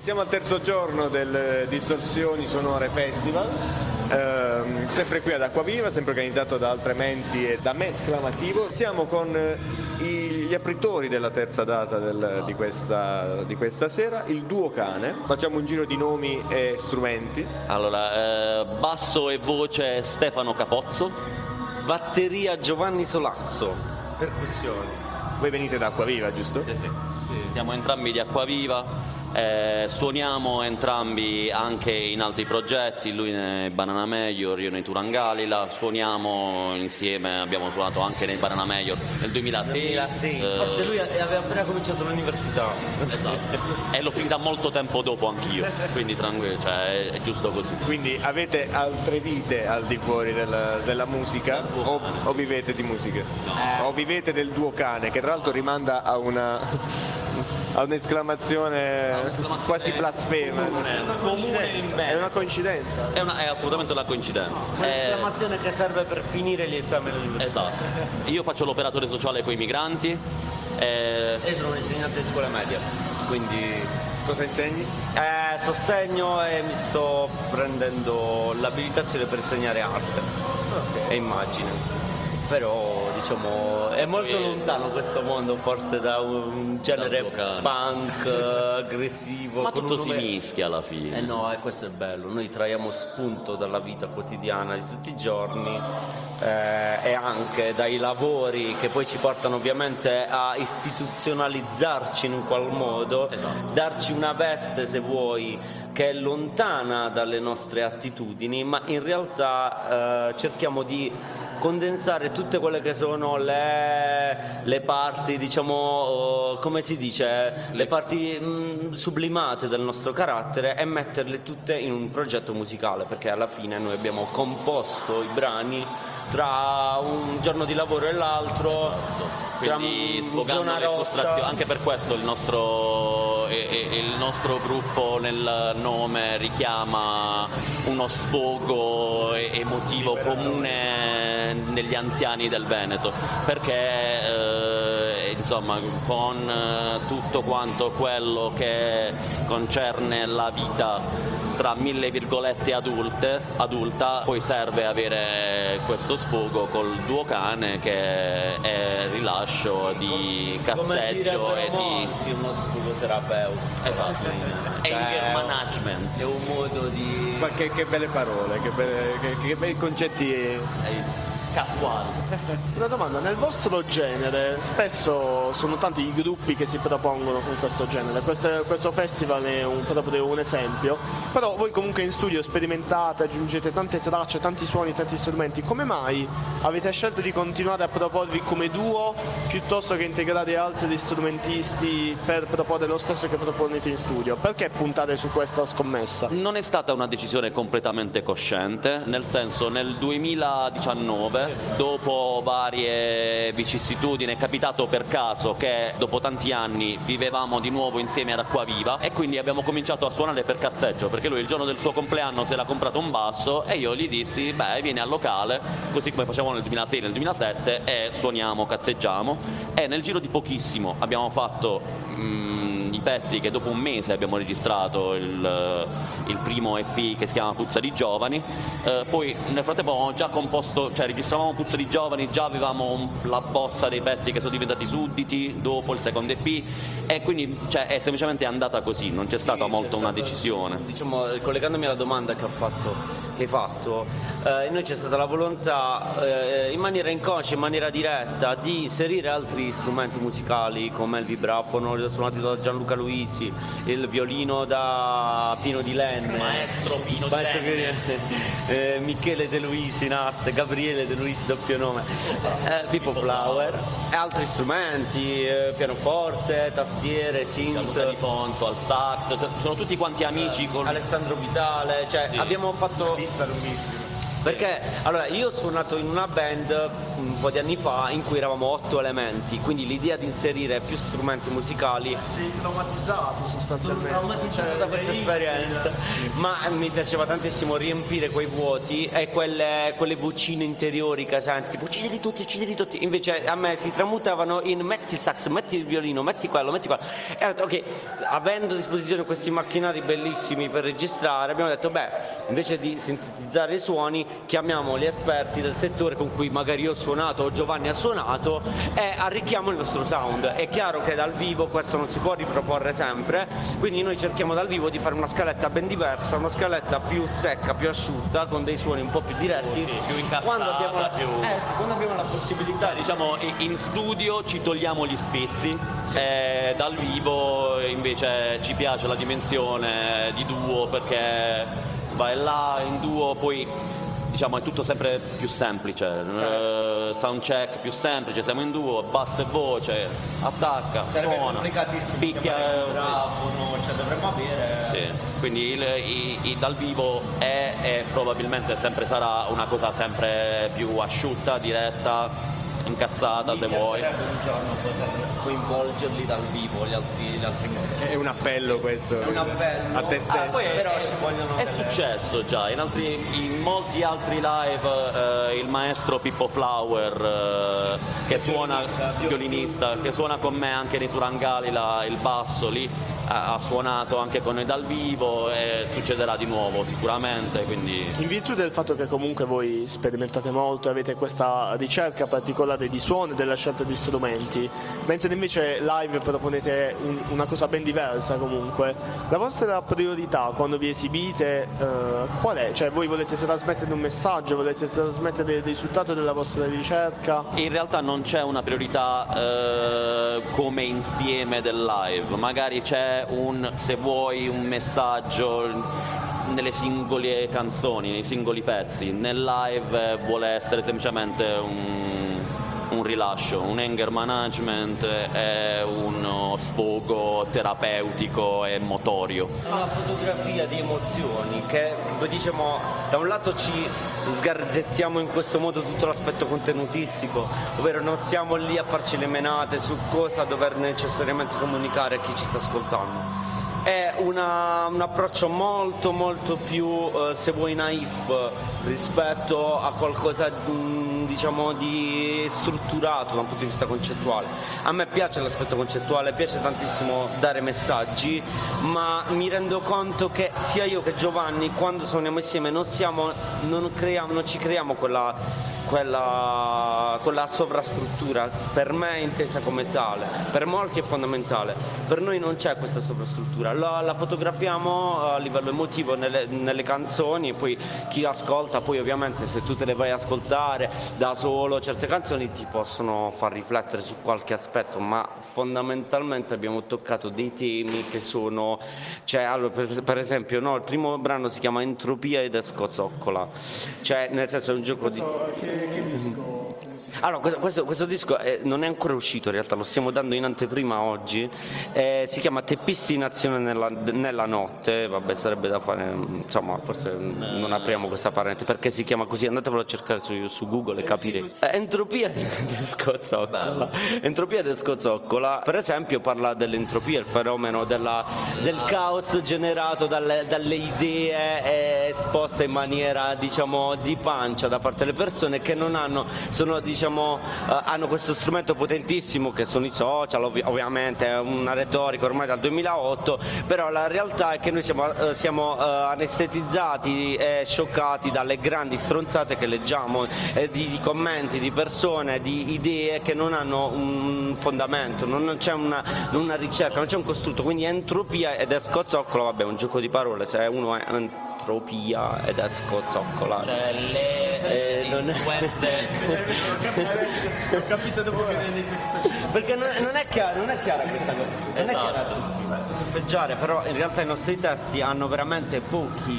Siamo al terzo giorno del Distorsioni Sonore Festival, sempre qui ad Acquaviva, sempre organizzato da Altrementi e da Me Esclamativo. Siamo con gli apritori della terza data di questa sera, il Duo Cane. Facciamo un giro di nomi e strumenti. Allora, basso e voce Stefano Capozzo, batteria Giovanni Solazzo, percussioni. Voi venite da Acquaviva, giusto? Sì. Siamo entrambi di Acquaviva. Suoniamo entrambi anche in altri progetti, lui nei Banana Major, io nei Turangalila, suoniamo insieme, abbiamo suonato anche nei Banana Major nel 2006. Forse lui aveva appena cominciato l'università. Esatto, e l'ho finita molto tempo dopo anch'io, quindi tranquillo, cioè è giusto così. Quindi avete altre vite al di fuori della musica o vivete di musica? O vivete del Duo Cane, che tra l'altro rimanda a un'esclamazione quasi blasfema. È una coincidenza. È assolutamente una coincidenza. Un'esclamazione che serve per finire gli esami all'università. Esatto. Io faccio l'operatore sociale con i migranti. Io sono un insegnante di scuola media, quindi Cosa insegni? Sostegno e mi sto prendendo l'abilitazione per insegnare arte e immagine. Però diciamo è molto lontano questo mondo forse da un genere punk aggressivo. Ma tutto si mischia alla fine. No, questo è bello. Noi traiamo spunto dalla vita quotidiana di tutti i giorni e anche dai lavori che poi ci portano ovviamente a istituzionalizzarci in un qual modo, esatto. Darci una veste se vuoi che è lontana dalle nostre attitudini, ma in realtà cerchiamo di condensare tutte quelle che sono le parti, diciamo, come si dice, le parti sublimate del nostro carattere e metterle tutte in un progetto musicale, perché alla fine noi abbiamo composto i brani tra un giorno di lavoro e l'altro, esatto. Quindi sfogando le frustrazioni, anche per questo il nostro gruppo nel nome richiama uno sfogo emotivo comune negli anziani del Veneto, perché insomma con tutto quanto quello che concerne la vita tra mille virgolette adulta, poi serve avere questo sfogo col Duo Cane, che è rilascio di cazzeggio e di uno sfogo terapeutico. Esatto. Anger management. È un modo di... Ma che belle parole, che bei concetti casuali. Una domanda, nel vostro genere spesso sono tanti i gruppi che si propongono con questo genere, questo festival è proprio un esempio, però voi comunque in studio sperimentate, aggiungete tante tracce, tanti suoni, tanti strumenti. Come mai avete scelto di continuare a proporvi come duo piuttosto che integrare altri strumentisti per proporre lo stesso che proponete in studio? Perché puntare su questa scommessa? Non è stata una decisione completamente cosciente, nel senso nel 2019, dopo varie vicissitudini, è capitato per caso che dopo tanti anni vivevamo di nuovo insieme ad Acquaviva e quindi abbiamo cominciato a suonare per cazzeggio, perché lui il giorno del suo compleanno si era comprato un basso e io gli dissi vieni al locale, così come facevamo nel 2006 nel 2007, e suoniamo, cazzeggiamo, e nel giro di pochissimo abbiamo fatto i pezzi che dopo un mese abbiamo registrato il primo EP che si chiama Puzza di Giovani. Poi nel frattempo avevamo già composto, cioè registravamo Puzza di Giovani, già avevamo la bozza dei pezzi che sono diventati Sudditi dopo il secondo EP, e quindi è semplicemente andata così, non c'è stata molto una decisione. Diciamo, collegandomi alla domanda che hai fatto, noi c'è stata la volontà in maniera inconscia, in maniera diretta, di inserire altri strumenti musicali come il vibrafono suonato da Gianluca Luisi, il violino da Pino Di Lenne, Maestro Pino Di Lenne, Michele De Luisi in arte, Gabriele De Luisi doppio nome, Pippo Flower e altri strumenti, pianoforte, tastiere, synth, Luca Di Fonso al sax, sono tutti quanti amici con Alessandro Vitale, sì. abbiamo fatto lista lunghissima. Perché allora io ho suonato in una band un po' di anni fa in cui eravamo 8 elementi, quindi l'idea di inserire più strumenti musicali. Sei traumatizzato sostanzialmente. Sono traumatizzato da questa esperienza, ma mi piaceva tantissimo riempire quei vuoti e quelle vocine interiori che senti, tipo uccidili tutti, invece a me si tramutavano in metti il sax, metti il violino, metti quello, e ho detto ok, avendo a disposizione questi macchinari bellissimi per registrare, abbiamo detto beh, invece di sintetizzare i suoni chiamiamo gli esperti del settore con cui magari io ho suonato o Giovanni ha suonato e arricchiamo il nostro sound. È chiaro che dal vivo questo non si può riproporre sempre, quindi noi cerchiamo dal vivo di fare una scaletta ben diversa, una scaletta più secca, più asciutta, con dei suoni un po' più diretti, più incastrata, quando abbiamo la possibilità. Diciamo in studio ci togliamo gli sfizi, dal vivo invece ci piace la dimensione di duo, perché vai là in duo, poi diciamo è tutto sempre più semplice, soundcheck più semplice, siamo in duo, basso e voce, attacca, sarebbe suona, complicatissimo picchia il microfono, cioè dovremmo avere... Sì, quindi dal vivo è e probabilmente sempre sarà una cosa sempre più asciutta, diretta, incazzata se vuoi. Un giorno poter coinvolgerli dal vivo, gli altri musicisti. È un appello questo. È un appello a te stesso. poi però ci vogliono È successo già in molti altri live, il maestro Pippo Flower, che suona violinista, che suona con me anche nei Turangali il basso lì, ha suonato anche con noi dal vivo e succederà di nuovo sicuramente, quindi... In virtù del fatto che comunque voi sperimentate molto e avete questa ricerca particolare di suono e della scelta di strumenti, mentre invece live proponete una cosa ben diversa comunque, la vostra priorità quando vi esibite qual è? Cioè voi volete trasmettere un messaggio, volete trasmettere il risultato della vostra ricerca? In realtà non c'è una priorità come insieme del live, magari c'è se vuoi un messaggio nelle singole canzoni, nei singoli pezzi. Nel live vuole essere semplicemente un rilascio, un anger management e uno sfogo terapeutico e motorio. Una fotografia di emozioni che, diciamo, da un lato ci sgarzettiamo in questo modo tutto l'aspetto contenutistico, ovvero non siamo lì a farci le menate su cosa dover necessariamente comunicare a chi ci sta ascoltando. È un approccio molto molto più, se vuoi, naif rispetto a qualcosa diciamo di strutturato da un punto di vista concettuale. A me piace l'aspetto concettuale, piace tantissimo dare messaggi, ma mi rendo conto che sia io che Giovanni, quando suoniamo insieme, non ci creiamo quella sovrastruttura. Per me è intesa come tale, per molti è fondamentale, per noi non c'è questa sovrastruttura, la fotografiamo a livello emotivo nelle canzoni, e poi chi ascolta, poi ovviamente se tu te le vai a ascoltare da solo, certe canzoni ti possono far riflettere su qualche aspetto, ma fondamentalmente abbiamo toccato dei temi che sono, cioè, allora, per esempio, no, il primo brano si chiama Entropia ed Escozoccola, cioè nel senso è un gioco di... Che disco? Allora, questo disco non è ancora uscito, in realtà lo stiamo dando in anteprima oggi, si chiama Teppisti in azione nella notte, vabbè, sarebbe da fare, insomma, forse non apriamo questa parentesi, perché si chiama così, andatevelo a cercare su Google e capire. Entropia ed Escozoccola. Entropia ed Escozoccola, per esempio, parla dell'entropia, il fenomeno del caos generato dalle idee esposte in maniera, diciamo, di pancia da parte delle persone che non hanno, hanno questo strumento potentissimo che sono i social, ovviamente è una retorica ormai dal 2008, però la realtà è che noi siamo anestetizzati e scioccati dalle grandi stronzate che leggiamo, di commenti di persone, di idee che non hanno un fondamento, non c'è una ricerca, non c'è un costrutto, quindi entropia ed Escozoccola, vabbè, è un gioco di parole, se uno è entropia ed Escozoccola, cioè le influenze. Ho capito dopo che ne perché non è chiara questa cosa, non è chiara a tutti. Soffeggiare, però in realtà i nostri testi hanno veramente pochi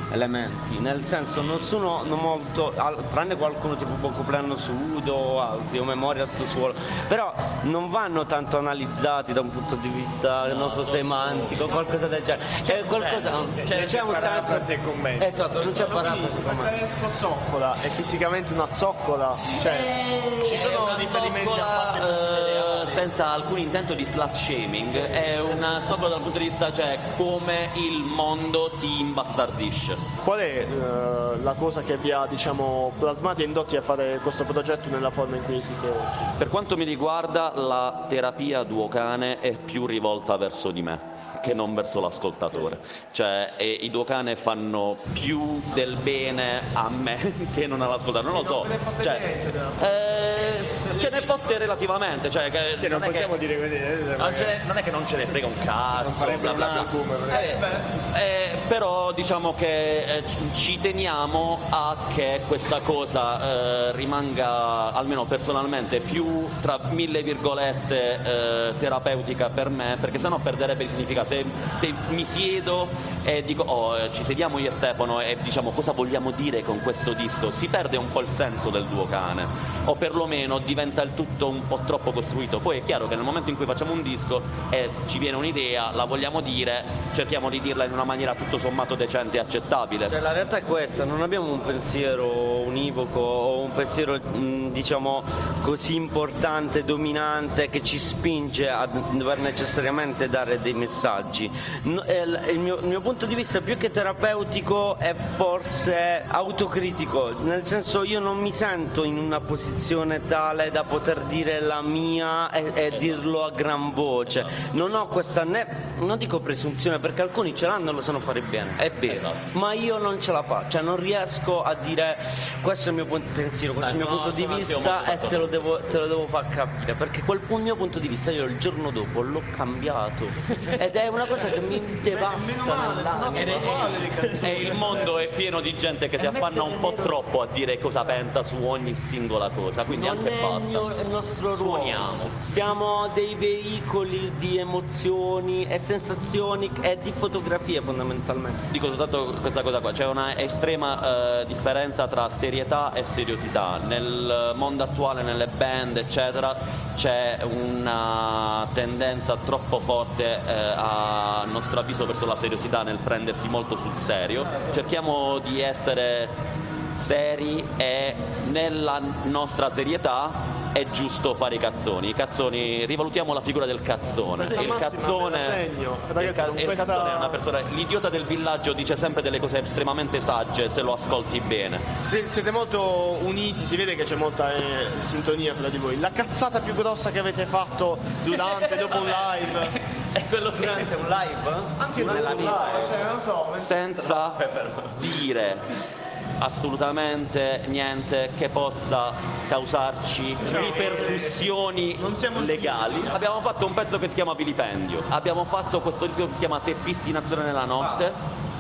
elementi, nel senso non sono molto, tranne qualcuno tipo Bocoplano Sudo o altri, o Memoria sul suolo, però non vanno tanto analizzati da un punto di vista, non so, semantico, qualcosa del genere. C'è qualcosa, c'è un senso e commento. esatto, non c'è parafrasi. Questa scozzoccola è fisicamente una zoccola, cioè ci sono riferimenti a fatti reali. Senza alcun intento di slut shaming, è una zoccola dal punto di vista, cioè, come il mondo ti imbastardisce. Qual è la cosa che vi ha, diciamo, plasmati e indotti a fare questo progetto nella forma in cui esiste oggi? Per quanto mi riguarda, la terapia Duocane è più rivolta verso di me che non verso l'ascoltatore, cioè i Duocane fanno più del bene a me che non all'ascoltatore, non lo so, ce ne fotte relativamente, cioè che non possiamo dire non è che non ce ne frega un cazzo, bla bla bla. Però diciamo che ci teniamo a che questa cosa rimanga, almeno personalmente, più tra mille virgolette terapeutica per me, perché sennò perderebbe il significato. Se mi siedo e dico ci sediamo io e Stefano e diciamo cosa vogliamo dire con questo disco, si perde un po' il senso del Duocane, o perlomeno diventa il tutto un po' troppo costruito. Poi è chiaro che nel momento in cui facciamo un disco e ci viene un'idea, la vogliamo dire, cerchiamo di dirla in una maniera tutto sommato decente e accettabile. Cioè, la realtà è questa, non abbiamo un pensiero univoco o un pensiero diciamo così importante, dominante, che ci spinge a dover necessariamente dare dei messaggi. Il mio punto di vista, più che terapeutico, è forse autocritico, nel senso, io non mi sento in una posizione tale da poter dire la mia e dirlo a gran voce. Non ho questa, non dico presunzione, perché alcuni ce l'hanno e lo sanno fare bene, è vero, esatto. Ma io non ce la faccio, cioè non riesco a dire questo è il mio pensiero, questo è il mio punto di vista e te lo devo far capire, perché quel mio punto di vista io il giorno dopo l'ho cambiato ed è una cosa che mi devasta. E il mondo è pieno di gente che si affanna un po' troppo a dire cosa pensa su ogni singola cosa, quindi non anche è basta. il nostro ruolo. Suoniamo. Siamo dei veicoli di emozioni e sensazioni e di fotografie, fondamentalmente. Dico soltanto questa cosa qua, c'è una estrema differenza tra serietà e seriosità. Nel mondo attuale, nelle band eccetera, c'è una tendenza troppo forte a nostro avviso verso la seriosità, nel prendersi molto sul serio. Cerchiamo di essere seri e nella nostra serietà è giusto fare i cazzoni, rivalutiamo la figura del cazzone. Il cazzone è una persona, l'idiota del villaggio dice sempre delle cose estremamente sagge se lo ascolti bene. Siete molto uniti, si vede che c'è molta sintonia fra di voi. La cazzata più grossa che avete fatto durante, dopo un live? È quello Durante un live? Anche nella vita, cioè non so. Senza dire assolutamente niente che possa causarci ripercussioni legali. Abbiamo fatto un pezzo che si chiama Vilipendio, abbiamo fatto questo disco che si chiama Teppisti Nazione nella notte.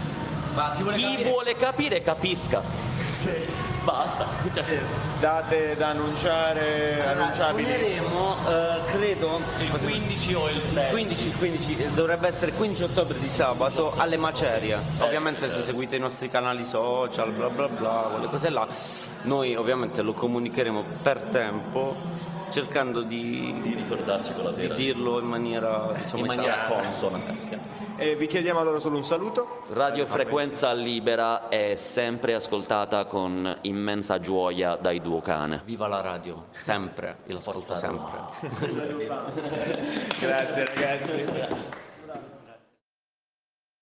Chi vuole capire capisca. Basta. Date da annunciabili. Suoneremo, credo, Il 15 o il 6? 15, dovrebbe essere 15 ottobre di sabato alle Macerie. Ovviamente se seguite i nostri canali social, bla bla bla, quelle cose là, noi ovviamente lo comunicheremo per tempo, cercando di ricordarci quella sera, di dirlo in maniera, diciamo, in maniera consona. E vi chiediamo allora solo un saluto. Radio Frequenza Libera è sempre ascoltata con immensa gioia dai Duocane. Viva la radio, sempre, io l'ascolto sempre. Grazie ragazzi.